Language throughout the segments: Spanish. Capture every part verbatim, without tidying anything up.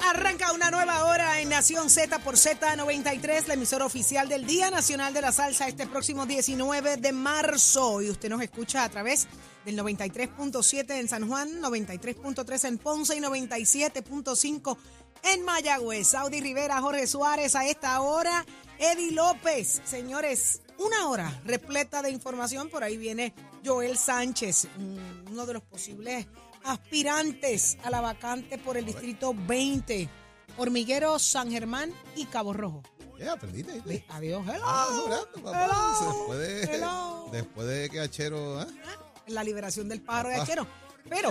Arranca una nueva hora en Nación Z por Z noventa y tres, la emisora oficial del Día Nacional de la Salsa, este próximo diecinueve de marzo. Y usted nos escucha a través del noventa y tres punto siete en San Juan, noventa y tres punto tres en Ponce y noventa y siete punto cinco en Mayagüez. Saudi Rivera, Jorge Suárez a esta hora, Eddie López. Señores, una hora repleta de información. Por ahí viene Joel Sánchez, uno de los posibles aspirantes a la vacante por el Distrito veinte, Hormigueros, San Germán y Cabo Rojo. Ya, aprendiste. ¿Sí? Adiós, hello. Ah, jurando, papá. Hello, Después de, hello. después de que Achero... ¿eh? La liberación del pájaro Papá. de Achero. Pero,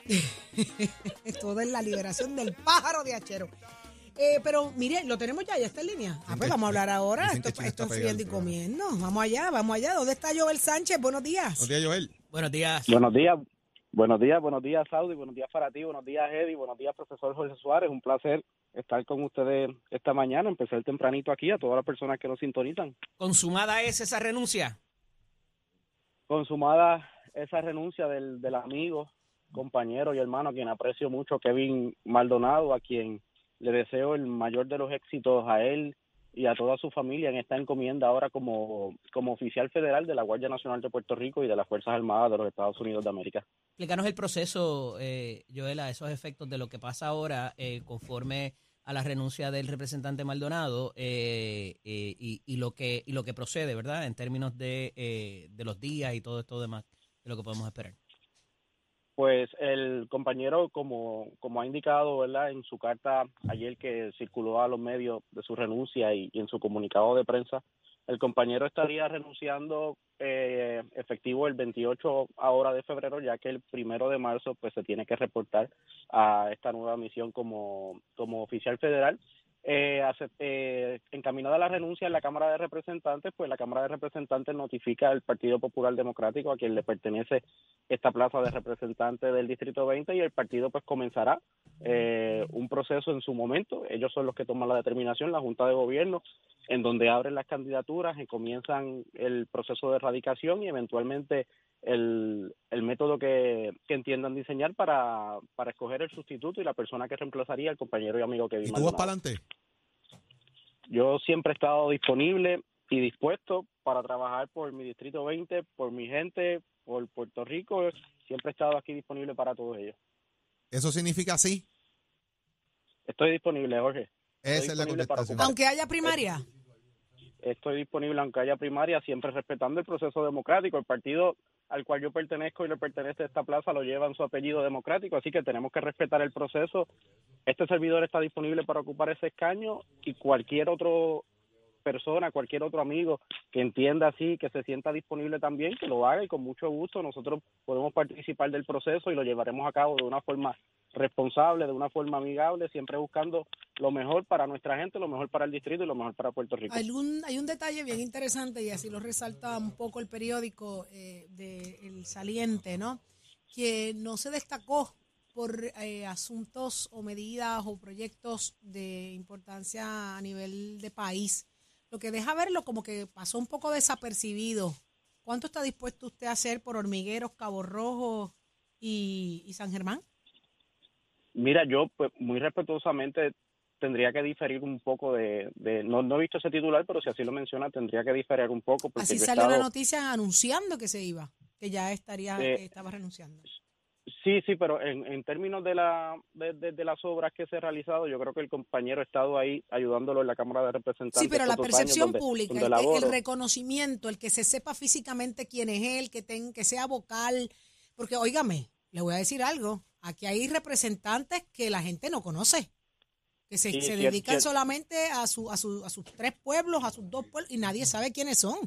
todo es la liberación del pájaro de Achero. Eh, pero, mire, lo tenemos ya, ya está en línea. Ah, pues vamos a hablar ahora. Dicen Esto, que Chino esto está es pegado friendo y al programa. comiendo. Vamos allá, vamos allá. ¿Dónde está Joel Sánchez? Buenos días. Buenos días, Joel. Buenos días. Buenos días, buenos días, buenos días, Saudi, buenos días para ti, buenos días, Eddie, buenos días, profesor Jorge Suárez. Un placer estar con ustedes esta mañana, empezar tempranito aquí, a todas las personas que nos sintonizan. ¿Consumada es esa renuncia? Consumada esa renuncia del, del amigo, compañero y hermano, a quien aprecio mucho, Kevin Maldonado, a quien le deseo el mayor de los éxitos a él y a toda su familia en esta encomienda ahora como, como oficial federal de la Guardia Nacional de Puerto Rico y de las Fuerzas Armadas de los Estados Unidos de América. Explícanos el proceso, eh, Joel, a esos efectos de lo que pasa ahora eh, conforme a la renuncia del representante Maldonado eh, eh, y, y lo que y lo que procede, ¿verdad? En términos de, eh, de los días y todo esto demás, de lo que podemos esperar. Pues el compañero, como, como ha indicado, ¿verdad?, en su carta ayer que circuló a los medios de su renuncia y, y en su comunicado de prensa, el compañero estaría renunciando eh, efectivo el veintiocho ahora de febrero, ya que el primero de marzo pues se tiene que reportar a esta nueva misión como, como oficial federal. Eh, hace, eh, encaminada la renuncia en la Cámara de Representantes, pues la Cámara de Representantes notifica al Partido Popular Democrático, a quien le pertenece esta plaza de representante del Distrito veinte, y el partido pues comenzará eh, un proceso en su momento. Ellos son los que toman la determinación, la Junta de Gobierno, en donde abren las candidaturas y comienzan el proceso de erradicación y eventualmente el, el método que, que entiendan diseñar para, para escoger el sustituto y la persona que reemplazaría al compañero y amigo Kevin ¿Y tú vas Maldonado. para adelante? Yo siempre he estado disponible y dispuesto para trabajar por mi Distrito veinte, por mi gente, por Puerto Rico. Siempre he estado aquí disponible para todos ellos. ¿Eso significa sí? Estoy disponible, Jorge. Esa Estoy es la disponible para contestación. ocupar. Aunque haya primaria. Estoy disponible aunque haya primaria, siempre respetando el proceso democrático. El partido al cual yo pertenezco y le pertenece a esta plaza lo lleva en su apellido democrático, así que tenemos que respetar el proceso. Este servidor está disponible para ocupar ese escaño y cualquier otro persona, cualquier otro amigo que entienda así, que se sienta disponible también, que lo haga, y con mucho gusto nosotros podemos participar del proceso y lo llevaremos a cabo de una forma responsable, de una forma amigable, siempre buscando lo mejor para nuestra gente, lo mejor para el distrito y lo mejor para Puerto Rico. Hay un, hay un detalle bien interesante, y así lo resalta un poco el periódico eh, de El Saliente, ¿no? Que no se destacó por eh, asuntos o medidas o proyectos de importancia a nivel de país, lo que deja verlo como que pasó un poco desapercibido. ¿Cuánto está dispuesto usted a hacer por Hormigueros, Cabo Rojo y, y San Germán? Mira, yo pues muy respetuosamente tendría que diferir un poco de, de no, no he visto ese titular, pero si así lo menciona, tendría que diferir un poco. Porque Así yo he salió estado, la noticia anunciando que se iba, que ya estaría, Eh, que estaba renunciando. Sí, sí, pero en, en términos de, la, de, de, de las obras que se han realizado, yo creo que el compañero ha estado ahí ayudándolo en la Cámara de Representantes. Sí, pero la estos dos años percepción donde- pública, donde el, que- el laboro. reconocimiento, el que se sepa físicamente quién es él, que, ten, que sea vocal, porque óigame, le voy a decir algo, aquí hay representantes que la gente no conoce, que se, Sí, se cier- dedican cier- solamente a, su, a, su, a sus tres pueblos, a sus dos pueblos, y nadie sabe quiénes son.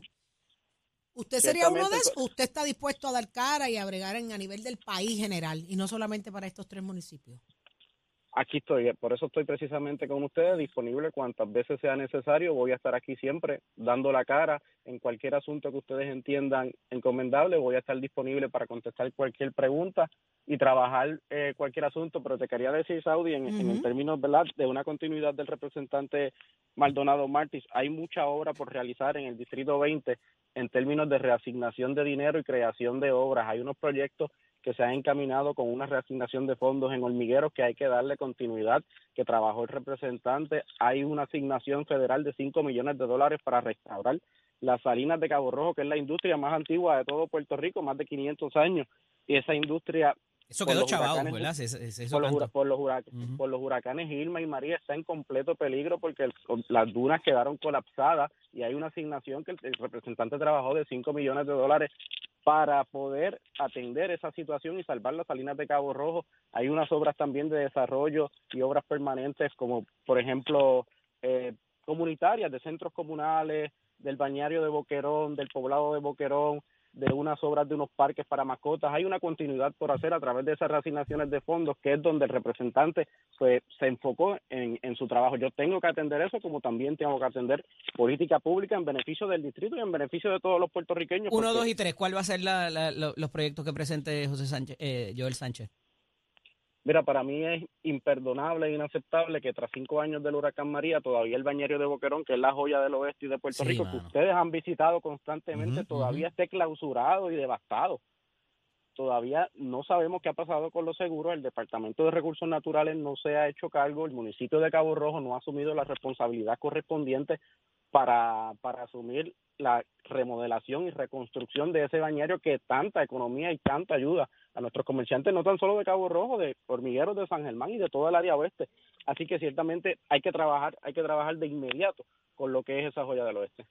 ¿Usted sería uno de Ciertamente, esos o usted está dispuesto a dar cara y a bregar en, a nivel del país general y no solamente para estos tres municipios? Aquí estoy, por eso estoy precisamente con ustedes, disponible cuantas veces sea necesario. Voy a estar aquí siempre dando la cara en cualquier asunto que ustedes entiendan encomendable. Voy a estar disponible para contestar cualquier pregunta y trabajar eh, cualquier asunto. Pero te quería decir, Saudi, en, en Ujú. términos, ¿verdad?, de una continuidad del representante Maldonado Martins, hay mucha obra por realizar en el Distrito veinte en términos de reasignación de dinero y creación de obras. Hay unos proyectos que se ha encaminado con una reasignación de fondos en Hormigueros que hay que darle continuidad, que trabajó el representante. Hay una asignación federal de cinco millones de dólares para restaurar las salinas de Cabo Rojo, que es la industria más antigua de todo Puerto Rico, más de quinientos años, y esa industria... Eso quedó chavado, ¿verdad? Se, se, se por, los hura, por, los hurac uh-huh. por los huracanes Irma y María está en completo peligro porque el, las dunas quedaron colapsadas y hay una asignación que el, el representante trabajó de cinco millones de dólares para poder atender esa situación y salvar las salinas de Cabo Rojo. Hay unas obras también de desarrollo y obras permanentes como, por ejemplo, eh, comunitarias de centros comunales, del bañario de Boquerón, del poblado de Boquerón, de unas obras de unos parques para mascotas. Hay una continuidad por hacer a través de esas reasignaciones de fondos, que es donde el representante pues se enfocó en, en su trabajo. Yo tengo que atender eso, como también tengo que atender política pública en beneficio del distrito y en beneficio de todos los puertorriqueños. Uno, porque... dos y tres, ¿cuál va a ser la, la, la, los proyectos que presente José Sánchez, eh, Joel Sánchez? Mira, para mí es imperdonable e inaceptable que tras cinco años del huracán María, todavía el bañario de Boquerón, que es la joya del oeste y de Puerto sí, Rico, mano. que ustedes han visitado constantemente, Uh-huh, todavía uh-huh. esté clausurado y devastado. Todavía no sabemos qué ha pasado con los seguros, el Departamento de Recursos Naturales no se ha hecho cargo, el municipio de Cabo Rojo no ha asumido la responsabilidad correspondiente para, para asumir la remodelación y reconstrucción de ese bañario que tanta economía y tanta ayuda a nuestros comerciantes, no tan solo de Cabo Rojo, de Hormigueros, de San Germán y de todo el área oeste. Así que ciertamente hay que trabajar, hay que trabajar de inmediato con lo que es esa joya del oeste.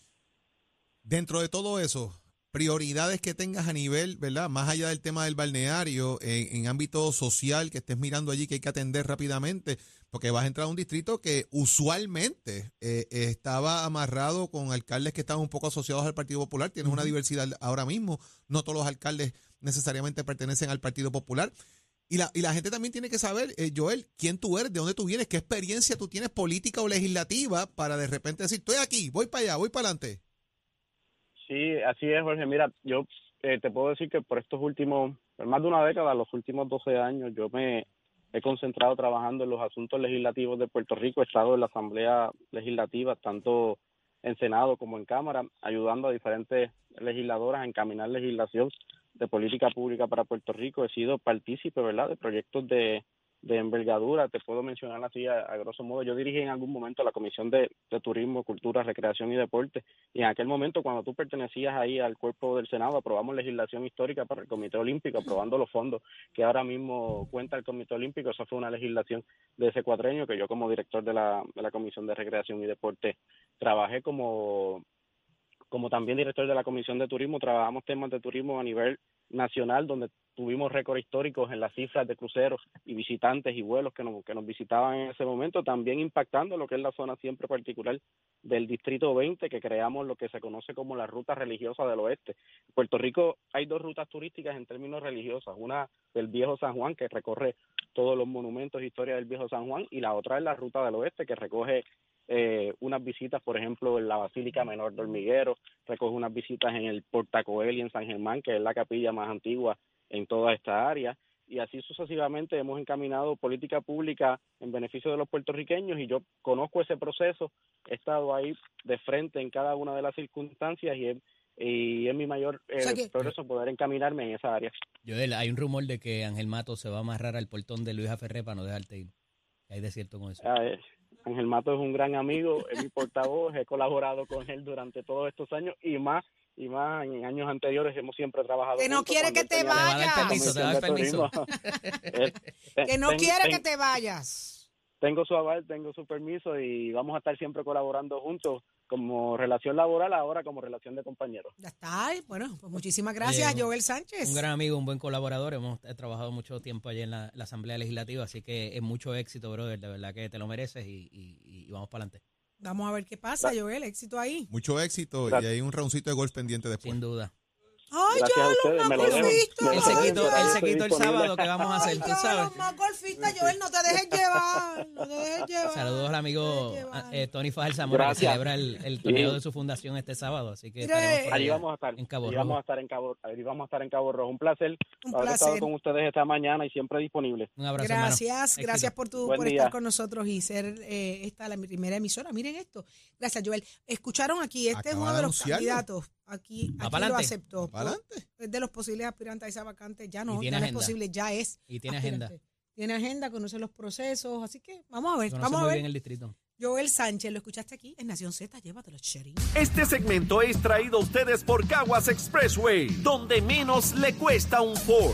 Dentro de todo eso, prioridades que tengas a nivel, ¿verdad? Más allá del tema del balneario, en, en ámbito social, que estés mirando allí que hay que atender rápidamente, porque vas a entrar a un distrito que usualmente eh, estaba amarrado con alcaldes que estaban un poco asociados al Partido Popular. Tienes uh-huh. una diversidad ahora mismo, no todos los alcaldes necesariamente pertenecen al Partido Popular. Y la, y la gente también tiene que saber, eh, Joel, quién tú eres, de dónde tú vienes, qué experiencia tú tienes política o legislativa para de repente decir, estoy aquí, voy para allá, voy para adelante. Sí, así es, Jorge. Mira, yo eh, te puedo decir que por estos últimos, por más de una década, los últimos doce años, yo me he concentrado trabajando en los asuntos legislativos de Puerto Rico. He estado en la Asamblea Legislativa, tanto en Senado como en Cámara, ayudando a diferentes legisladoras a encaminar legislación de política pública para Puerto Rico. He sido partícipe, ¿verdad?, de proyectos de, de envergadura. Te puedo mencionar así a, a grosso modo. Yo dirigí en algún momento la Comisión de, de Turismo, Cultura, Recreación y Deporte, y en aquel momento, cuando tú pertenecías ahí al cuerpo del Senado, aprobamos legislación histórica para el Comité Olímpico, aprobando los fondos que ahora mismo cuenta el Comité Olímpico. Esa fue una legislación de ese cuatrenio que yo, como director de la, de la Comisión de Recreación y Deporte, trabajé como... como también director de la Comisión de Turismo. Trabajamos temas de turismo a nivel nacional, donde tuvimos récords históricos en las cifras de cruceros y visitantes y vuelos que nos, que nos visitaban en ese momento, también impactando lo que es la zona siempre particular del Distrito veinte, que creamos lo que se conoce como la Ruta Religiosa del Oeste. En Puerto Rico hay dos rutas turísticas en términos religiosos, una del Viejo San Juan, que recorre todos los monumentos e historia del Viejo San Juan, y la otra es la Ruta del Oeste, que recoge Eh, unas visitas, por ejemplo, en la Basílica Menor de Hormigueros, recoge unas visitas en el Portacoeli en San Germán, que es la capilla más antigua en toda esta área, y así sucesivamente hemos encaminado política pública en beneficio de los puertorriqueños, y yo conozco ese proceso, he estado ahí de frente en cada una de las circunstancias, y es, y es mi mayor eh, o sea que, progreso poder encaminarme en esa área. Joel, hay un rumor de que Ángel Mato se va a amarrar al portón de Luis Aferré para no dejarte ir. ¿Hay de cierto con eso? Ah, eh. Ángel Mato es un gran amigo, es mi portavoz, he colaborado con él durante todos estos años y más y más en años anteriores hemos siempre trabajado. Que no quiere que te vayas. Permiso, te va a dar permiso. Que no quiere que te vayas. Tengo su aval, tengo su permiso y vamos a estar siempre colaborando juntos como relación laboral, ahora como relación de compañeros. Ya está. Bueno, pues muchísimas gracias, eh, Joel Sánchez. Un gran amigo, un buen colaborador. Hemos trabajado mucho tiempo allí en la, la Asamblea Legislativa, así que es mucho éxito, brother. De verdad que te lo mereces y, y, y vamos para adelante. Vamos a ver qué pasa, Joel. Éxito ahí. Mucho éxito. Gracias. Y hay un roundcito de golf pendiente después. Sin duda. Ay, ya, los más golfistas. Él se quitó, él se quitó el sábado que vamos a hacer, Ay, tú ya, sabes. Los más golfistas, Joel, no te dejes llevar. No te dejes llevar. Saludos al amigo eh, Tony Fajar Zamora, Gracias. que celebra el, el torneo sí. de su fundación este sábado. Así que allí vamos a estar en Cabo Rojo. Vamos a estar en Cabo, allí vamos a estar en Cabo Rojo. Un placer, Un haber placer. estado con ustedes esta mañana y siempre disponible. Un abrazo, Gracias, hermano. gracias por, tu, por estar con nosotros y ser eh, esta la primera emisora. Miren esto. Gracias, Joel. Escucharon aquí, este Acaba es uno de, de los candidatos aquí, ¿Va aquí pa'lante? lo aceptó. ¿Va pa'lante? Es de los posibles aspirantes a esa vacante. Ya no, Y tiene ya no es agenda. posible, ya es. Y tiene aspirante. agenda. Tiene agenda, conoce los procesos, así que vamos a ver, Conoce vamos a muy ver. bien el distrito. Joel Sánchez, lo escuchaste aquí en Nación Z, llévatelo, Sherry. Este segmento es traído a ustedes por Caguas Expressway, donde menos le cuesta un Ford.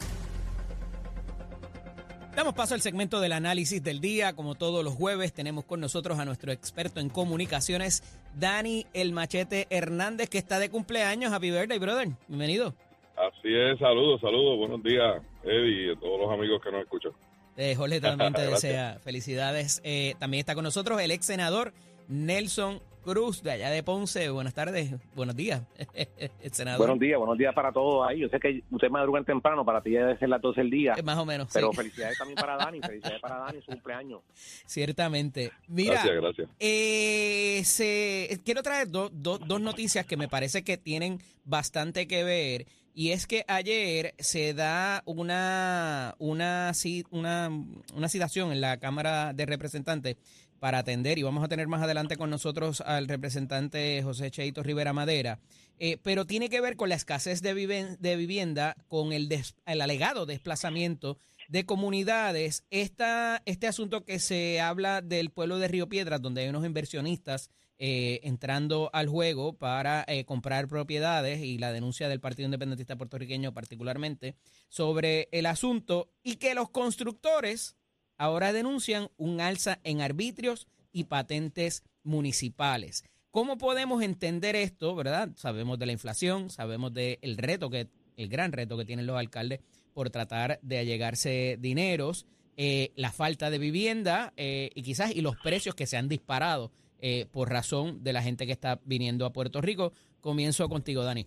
Damos paso al segmento del análisis del día. Como todos los jueves, tenemos con nosotros a nuestro experto en comunicaciones, Dani El Machete Hernández, que está de cumpleaños. Happy birthday, brother. Bienvenido. Así es, saludos, saludos, buenos días, Eddie, y a todos los amigos que nos escuchan. Eh, Jorge también te desea felicidades. Eh, también está con nosotros el ex senador Nelson Cruz, de allá de Ponce. Buenas tardes, buenos días, el senador. Buenos días, buenos días para todos ahí. Yo sé que ustedes madrugan temprano, para ti ya debe ser las doce del día. Eh, Más o menos, Pero sí. felicidades también para Dani, felicidades para Dani, su cumpleaños. Ciertamente. Mira, Gracias, gracias. eh, se, quiero traer do- do- dos noticias que me parece que tienen bastante que ver. Y es que ayer se da una, una, ci- una, una citación en la Cámara de Representantes para atender, y vamos a tener más adelante con nosotros al representante José Cheito Rivera Madera, eh, pero tiene que ver con la escasez de, viven- de vivienda, con el, des- el alegado desplazamiento de comunidades. Esta, este asunto que se habla del pueblo de Río Piedras, donde hay unos inversionistas eh, entrando al juego para eh, comprar propiedades, y la denuncia del Partido Independentista Puertorriqueño particularmente sobre el asunto, y que los constructores ahora denuncian un alza en arbitrios y patentes municipales. ¿Cómo podemos entender esto, verdad? Sabemos de la inflación, sabemos del reto, que el gran reto que tienen los alcaldes por tratar de allegarse dineros, eh, la falta de vivienda eh, y quizás y los precios que se han disparado eh, por razón de la gente que está viniendo a Puerto Rico. Comienzo contigo, Dani.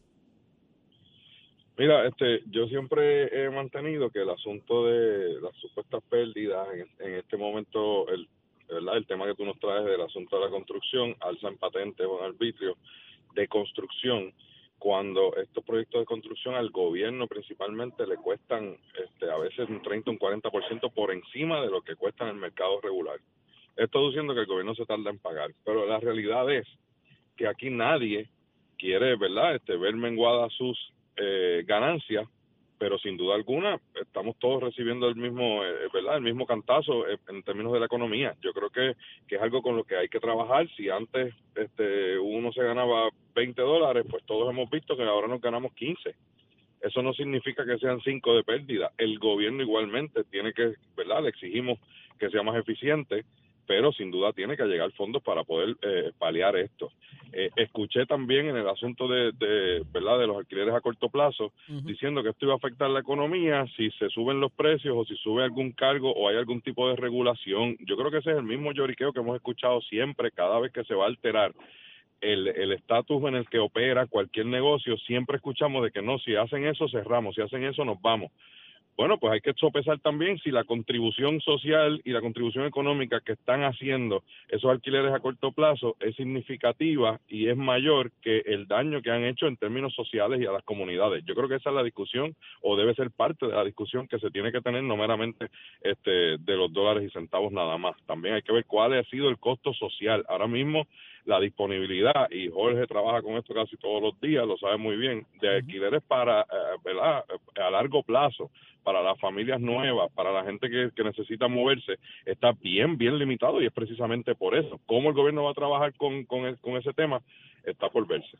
Mira, este, yo siempre he mantenido que el asunto de las supuestas pérdidas, en, en este momento, el, ¿verdad? El tema que tú nos traes del asunto de la construcción, alza en patentes o en arbitrio de construcción, cuando estos proyectos de construcción al gobierno principalmente le cuestan este, a veces un treinta, un cuarenta por ciento por encima de lo que cuesta en el mercado regular. Esto diciendo que el gobierno se tarda en pagar, pero la realidad es que aquí nadie quiere, ¿verdad?, este, ver menguadas sus eh, ganancias, pero sin duda alguna estamos todos recibiendo el mismo, eh, ¿verdad?, el mismo cantazo eh, en términos de la economía. Yo creo que, que es algo con lo que hay que trabajar. Si antes este, uno se ganaba veinte dólares, pues todos hemos visto que ahora nos ganamos quince. Eso no significa que sean cinco de pérdida. El gobierno igualmente tiene que, ¿verdad?, le exigimos que sea más eficiente, pero sin duda tiene que llegar fondos para poder eh, paliar esto. Eh, escuché también en el asunto de, de, ¿verdad?, de los alquileres a corto plazo, uh-huh, diciendo que esto iba a afectar la economía si se suben los precios o si sube algún cargo o hay algún tipo de regulación. Yo creo que ese es el mismo lloriqueo que hemos escuchado siempre, cada vez que se va a alterar el el estatus en el que opera cualquier negocio. Siempre escuchamos de que no, si hacen eso cerramos, si hacen eso nos vamos. Bueno, pues hay que sopesar también si la contribución social y la contribución económica que están haciendo esos alquileres a corto plazo es significativa y es mayor que el daño que han hecho en términos sociales y a las comunidades. Yo creo que esa es la discusión, o debe ser parte de la discusión que se tiene que tener, no meramente este, de los dólares y centavos nada más. También hay que ver cuál ha sido el costo social. Ahora mismo la disponibilidad, y Jorge trabaja con esto casi todos los días, lo sabe muy bien, de alquileres para, eh, ¿verdad?, a largo plazo, para las familias nuevas, para la gente que, que necesita moverse, está bien, bien limitado, y es precisamente por eso. ¿Cómo el gobierno va a trabajar con, con, el, con ese tema? Está por verse.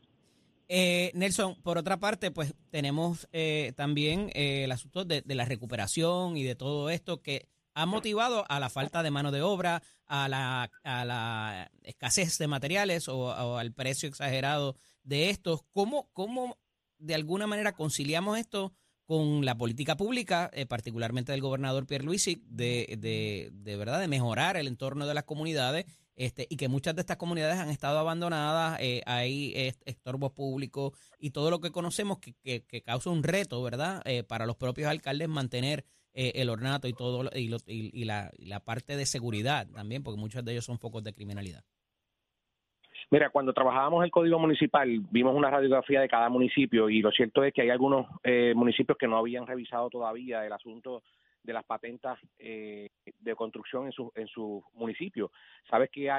Eh, Nelson, por otra parte, pues tenemos eh, también eh, el asunto de, de la recuperación y de todo esto que ha motivado a la falta de mano de obra, a la, a la escasez de materiales o, o al precio exagerado de estos. ¿Cómo, cómo de alguna manera conciliamos esto con la política pública, eh, particularmente del gobernador Pierluisi, de, de, de verdad de mejorar el entorno de las comunidades, este, y que muchas de estas comunidades han estado abandonadas, eh, hay eh, estorbos públicos y todo lo que conocemos que, que, que causa un reto, ¿verdad?, eh, para los propios alcaldes mantener eh, el ornato y todo y, lo, y, y, la, y la parte de seguridad también, porque muchos de ellos son focos de criminalidad. Mira, cuando trabajábamos el Código Municipal, vimos una radiografía de cada municipio, y lo cierto es que hay algunos eh, municipios que no habían revisado todavía el asunto de las patentas eh, de construcción en su en su municipio. Sabes que hay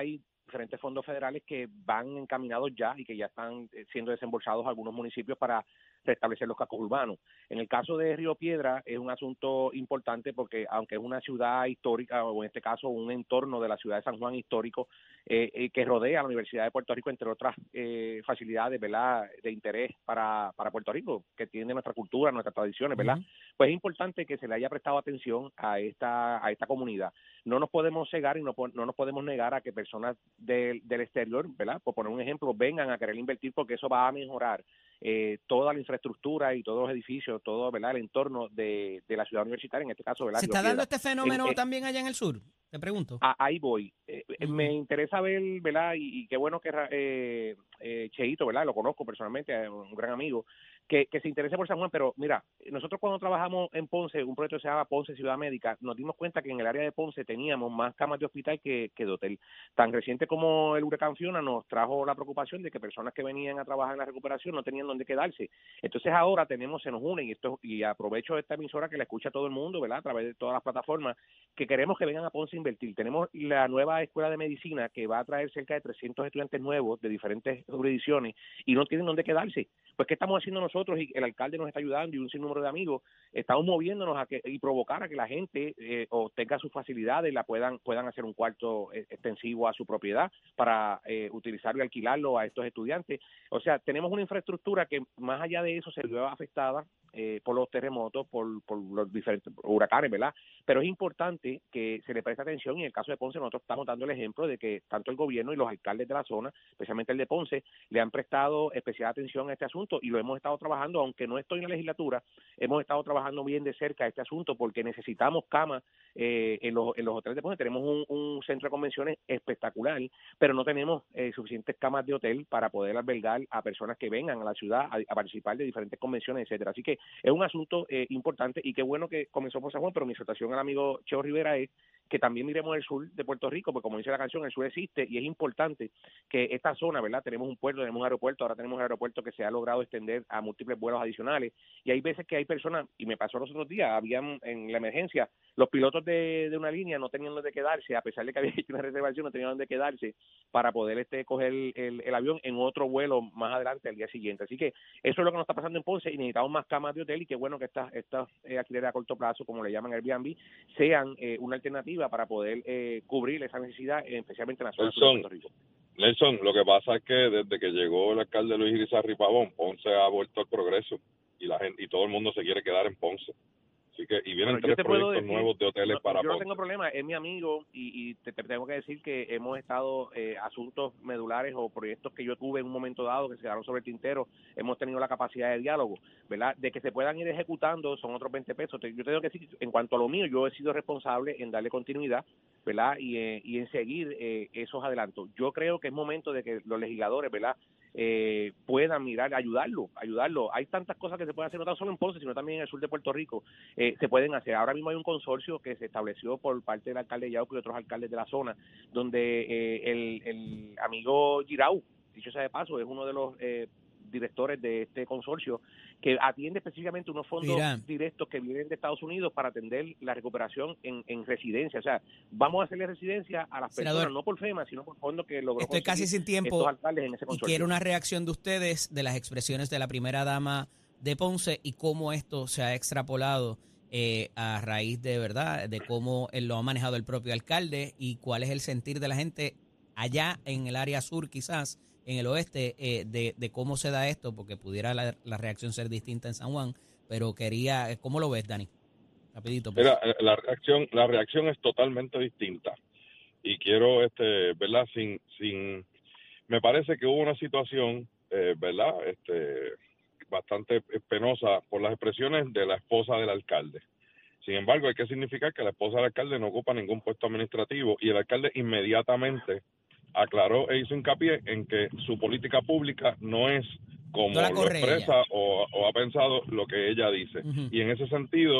diferentes fondos federales que van encaminados ya y que ya están siendo desembolsados a algunos municipios para restablecer los cascos urbanos. En el caso de Río Piedra es un asunto importante porque aunque es una ciudad histórica, o en este caso un entorno de la ciudad de San Juan histórico, eh, eh, que rodea a la Universidad de Puerto Rico, entre otras eh, facilidades, ¿verdad?, de interés para, para Puerto Rico, que tiene nuestra cultura, nuestras tradiciones, ¿verdad? Uh-huh. Pues es importante que se le haya prestado atención a esta a esta comunidad. No nos podemos cegar y no, no nos podemos negar a que personas del, del exterior, ¿verdad?, por poner un ejemplo, vengan a querer invertir porque eso va a mejorar eh, toda la infraestructura y todos los edificios, todo, ¿verdad?, el entorno de, de la ciudad universitaria, en este caso, ¿verdad? ¿Se está dando este fenómeno en, eh, también allá en el sur? Te pregunto. A, ahí voy. Eh, uh-huh. Me interesa ver, ¿verdad? Y, y qué bueno que eh, eh, Cheito, ¿verdad?, lo conozco personalmente, es un gran amigo, que, que se interese por San Juan, pero mira, nosotros cuando trabajamos en Ponce, un proyecto que se llama Ponce Ciudad Médica, nos dimos cuenta que en el área de Ponce teníamos más camas de hospital que, que de hotel. Tan reciente como el huracán Fiona nos trajo la preocupación de que personas que venían a trabajar en la recuperación no tenían dónde quedarse. Entonces ahora tenemos, se nos unen, y esto y aprovecho esta emisora que la escucha todo el mundo, ¿verdad?, a través de todas las plataformas, que queremos que vengan a Ponce a invertir. Tenemos la nueva escuela de medicina que va a traer cerca de trescientos estudiantes nuevos de diferentes jurisdicciones y no tienen dónde quedarse. Pues, ¿qué estamos haciendo nosotros? Y el alcalde nos está ayudando y un sinnúmero de amigos, estamos moviéndonos a que y provocar a que la gente eh, obtenga sus facilidades, la puedan puedan hacer un cuarto eh, extensivo a su propiedad para eh, utilizarlo y alquilarlo a estos estudiantes. O sea, tenemos una infraestructura que más allá de eso se vio afectada eh, por los terremotos, por, por los diferentes huracanes, ¿verdad? Pero es importante que se le preste atención y en el caso de Ponce nosotros estamos dando el ejemplo de que tanto el gobierno y los alcaldes de la zona, especialmente el de Ponce, le han prestado especial atención a este asunto y lo hemos estado trabajando, aunque no estoy en la legislatura, hemos estado trabajando bien de cerca este asunto porque necesitamos camas eh, en, los, en los hoteles de Ponce. Tenemos un, un centro de convenciones espectacular, pero no tenemos eh, suficientes camas de hotel para poder albergar a personas que vengan a la ciudad a, a participar de diferentes convenciones, etcétera. Así que es un asunto eh, importante y qué bueno que comenzó por San Juan, pero mi exhortación al amigo Cheo Rivera es que también miremos el sur de Puerto Rico, porque como dice la canción, el sur existe y es importante que esta zona, ¿verdad? Tenemos un puerto, tenemos un aeropuerto, ahora tenemos un aeropuerto que se ha logrado extender a múltiples vuelos adicionales y hay veces que hay personas, y me pasó los otros días, habían en la emergencia, los pilotos de, de una línea no tenían dónde quedarse, a pesar de que había hecho una reservación, no tenían dónde quedarse para poder este coger el, el, el avión en otro vuelo más adelante al día siguiente. Así que eso es lo que nos está pasando en Ponce y necesitamos más camas de hotel y qué bueno que estas estas eh, alquileres a corto plazo, como le llaman Airbnb, sean eh, una alternativa para poder eh, cubrir esa necesidad, especialmente en la zona sur de Puerto Rico. Nelson, lo que pasa es que desde que llegó el alcalde Luis Irizarry Pavón, Ponce ha vuelto al progreso y la gente y todo el mundo se quiere quedar en Ponce. Así que, y vienen bueno, tres proyectos decir, nuevos de hoteles no, para Yo no Ponce. tengo problema, es mi amigo y, y te, te tengo que decir que hemos estado eh, asuntos medulares o proyectos que yo tuve en un momento dado que se quedaron sobre el tintero, hemos tenido la capacidad de diálogo, ¿verdad? De que se puedan ir ejecutando son otros veinte pesos. Yo tengo que decir, en cuanto a lo mío, yo he sido responsable en darle continuidad, ¿verdad? Y, eh, y en seguir eh, esos adelantos. Yo creo que es momento de que los legisladores, ¿verdad?, Eh, puedan mirar, ayudarlo, ayudarlo. Hay tantas cosas que se pueden hacer, no tan solo en Ponce, sino también en el sur de Puerto Rico, eh, se pueden hacer. Ahora mismo hay un consorcio que se estableció por parte del alcalde Yauco y otros alcaldes de la zona, donde eh, el, el amigo Girau, dicho sea de paso, es uno de los eh, directores de este consorcio, que atiende específicamente unos fondos Mira. directos que vienen de Estados Unidos para atender la recuperación en, en residencia. O sea, vamos a hacerle residencia a las Senador, personas, no por FEMA, sino por fondos que logró Estoy casi sin tiempo estos alcaldes en ese y quiero una reacción de ustedes de las expresiones de la primera dama de Ponce y cómo esto se ha extrapolado eh, a raíz de verdad, de cómo él lo ha manejado el propio alcalde y cuál es el sentir de la gente allá en el área sur quizás, en el oeste, eh, de, de cómo se da esto, porque pudiera la, la reacción ser distinta en San Juan, pero quería, ¿cómo lo ves, Dani? Rapidito. Pues. Mira, la reacción, la reacción es totalmente distinta y quiero, este, ¿verdad? Sin, sin, me parece que hubo una situación, eh, ¿verdad? Este, bastante penosa por las expresiones de la esposa del alcalde. Sin embargo, hay que significar que la esposa del alcalde no ocupa ningún puesto administrativo y el alcalde inmediatamente aclaró e hizo hincapié en que su política pública no es como no lo expresa o, o ha pensado lo que ella dice. Uh-huh. Y en ese sentido,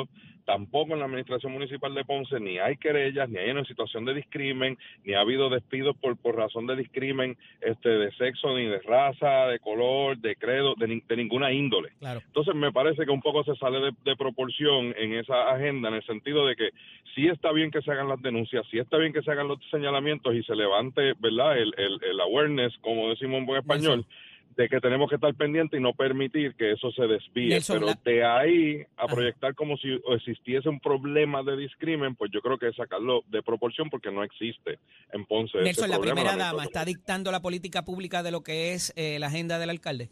tampoco en la administración municipal de Ponce ni hay querellas, ni hay una situación de discrimen, ni ha habido despidos por, por razón de discrimen este, de sexo, ni de raza, de color, de credo, de, de ninguna índole. Claro. Entonces me parece que un poco se sale de, de proporción en esa agenda, en el sentido de que sí está bien que se hagan las denuncias, sí está bien que se hagan los señalamientos y se levante, ¿verdad?, el, el, el awareness, como decimos en buen español, Nelson, de que tenemos que estar pendientes y no permitir que eso se desvíe. Nelson, pero la... de ahí a Ajá. proyectar como si existiese un problema de discrimen, pues yo creo que es sacarlo de proporción porque no existe en Ponce. Nelson, la primera dama está dictando la política pública de lo que es eh, la agenda del alcalde.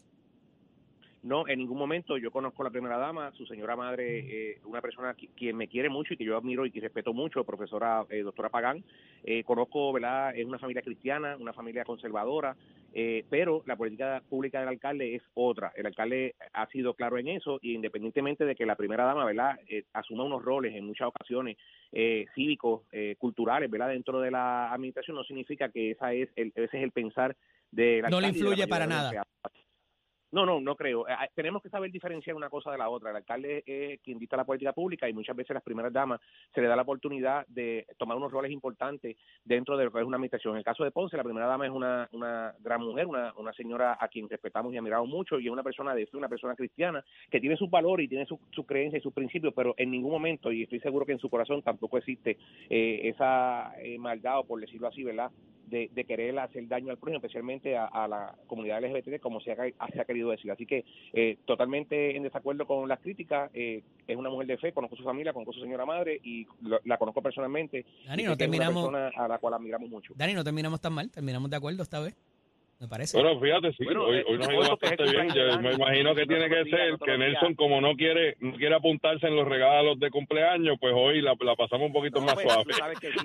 No, en ningún momento. Yo conozco a la primera dama, su señora madre, eh, una persona que, quien me quiere mucho y que yo admiro y que respeto mucho, profesora eh, doctora Pagán. Eh, conozco, ¿verdad? Es una familia cristiana, una familia conservadora, eh, pero la política pública del alcalde es otra. El alcalde ha sido claro en eso y independientemente de que la primera dama, ¿verdad?, eh, asuma unos roles en muchas ocasiones eh, cívicos, eh, culturales, ¿verdad?, dentro de la administración, no significa que esa es el, ese es el pensar del alcalde. No le influye para nada. No, no, no creo. Eh, tenemos que saber diferenciar una cosa de la otra. El alcalde es quien dicta la política pública y muchas veces las primeras damas se le da la oportunidad de tomar unos roles importantes dentro de lo que es una administración. En el caso de Ponce, la primera dama es una, una gran mujer, una, una señora a quien respetamos y admiramos mucho y es una persona de fe, una persona cristiana que tiene sus valores y tiene su, su creencia y sus principios, pero en ningún momento, y estoy seguro que en su corazón tampoco existe eh, esa eh, maldad, o por decirlo así, ¿verdad?, De, de querer hacer daño al prójimo, especialmente a, a la comunidad L G B T, como se ha, se ha querido decir. Así que eh, totalmente en desacuerdo con las críticas. Eh, es una mujer de fe, conozco su familia, conozco su señora madre y lo, la conozco personalmente. Dani, no terminamos, es una persona a la cual admiramos mucho. Dani, no terminamos tan mal, terminamos de acuerdo esta vez. Me parece. Bueno, fíjate, sí, bueno, hoy, hoy nos ha ido bastante bien. Yo me imagino que tiene que ser que Nelson, como no quiere no quiere apuntarse en los regalos de cumpleaños, pues hoy la, la pasamos un poquito no, más pues, suave. Que,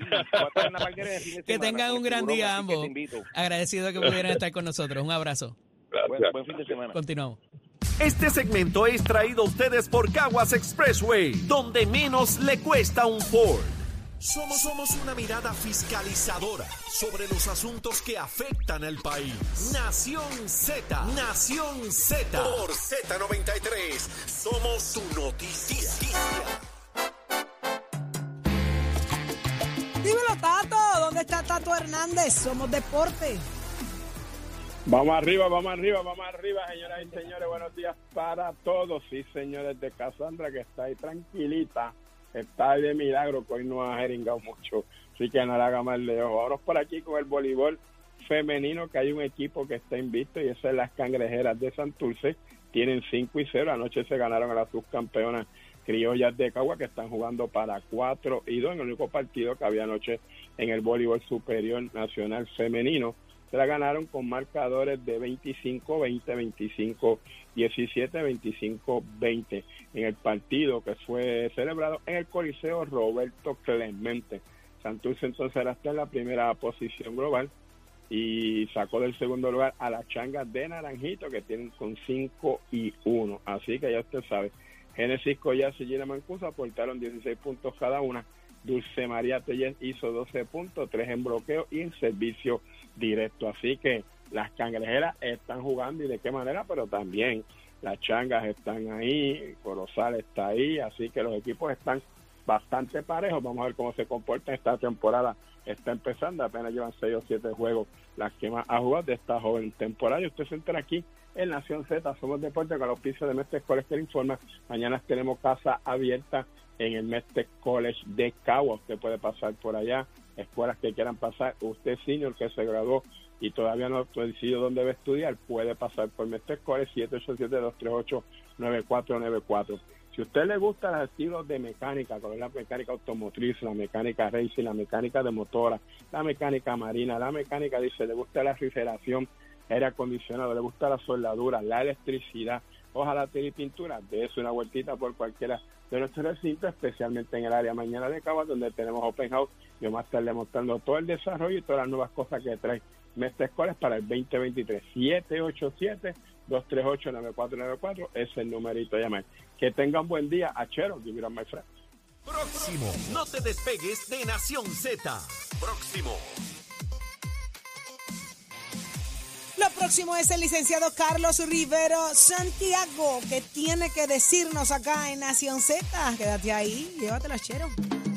sí, que tengan un gran día ambos. Agradecido que pudieran estar con nosotros. Un abrazo. Gracias. Buen, buen fin de semana. Continuamos. Este segmento es traído a ustedes por Caguas Expressway, donde menos le cuesta un Ford. Somos, somos una mirada fiscalizadora sobre los asuntos que afectan al país. Nación Z, Nación Z. Por Z noventa y tres, somos su noticia. Dímelo, Tato. ¿Dónde está Tato Hernández? Somos deporte. Vamos arriba, vamos arriba, vamos arriba, señoras y señores. Buenos días para todos. Sí, señores, de Cassandra, que está ahí tranquilita. Está de milagro que hoy no ha jeringado mucho, así que no le haga mal de ojo. Vamos por aquí con el voleibol femenino, que hay un equipo que está invicto y eso es las Cangrejeras de Santurce. Tienen cinco y cero, anoche se ganaron a las subcampeonas Criollas de Cagua, que están jugando para cuatro y dos en el único partido que había anoche en el voleibol superior nacional femenino. Se la ganaron con marcadores de veinticinco veinte, veinticinco diecisiete, veinticinco veinte en el partido que fue celebrado en el Coliseo Roberto Clemente. Santurce entonces era hasta en la primera posición global y sacó del segundo lugar a las Changas de Naranjito, que tienen con cinco y uno. Así que ya usted sabe, Génesis Collas y Gina Mancuso aportaron dieciséis puntos cada una. Dulce María Tellez hizo doce puntos, tres en bloqueo y en servicio directo. Así que las Cangrejeras están jugando y de qué manera, pero también las Changas están ahí, Corozal está ahí, así que los equipos están bastante parejos. Vamos a ver cómo se comporta esta temporada. Está empezando, apenas llevan seis o siete juegos las que más ha jugado de esta joven temporada. Y usted se entera aquí en Nación Z, somos deporte con el auspicio de Mestre College que le informa. Mañana tenemos casa abierta en el Mestre College de Cagua. Usted puede pasar por allá, escuelas que quieran pasar. Usted senior que se graduó y todavía no ha decidido dónde va a estudiar, puede pasar por Mestre College, siete ocho siete, dos tres ocho, nueve cuatro nueve cuatro. Si a usted le gustan los estilos de mecánica, como la mecánica automotriz, la mecánica racing, la mecánica de motora, la mecánica marina, la mecánica, dice, le gusta la refrigeración, aire acondicionado, le gusta la soldadura, la electricidad, hojalatería y pintura, dése una vueltita por cualquiera de nuestros recintos, especialmente en el área mañana de Caguas, donde tenemos Open House. Yo más estarle mostrando todo el desarrollo y todas las nuevas cosas que trae Mestre Escoles para el veinte veintitrés. siete ocho siete, dos tres ocho, nueve cuatro nueve cuatro es el numerito de llamar. Que tengan buen día. Achero, give it up, my friend. Próximo. No te despegues de Nación Z. Próximo. Lo próximo es el licenciado Carlos Rivero Santiago, que tiene que decirnos acá en Nación Z. Quédate ahí, llévatela, chero.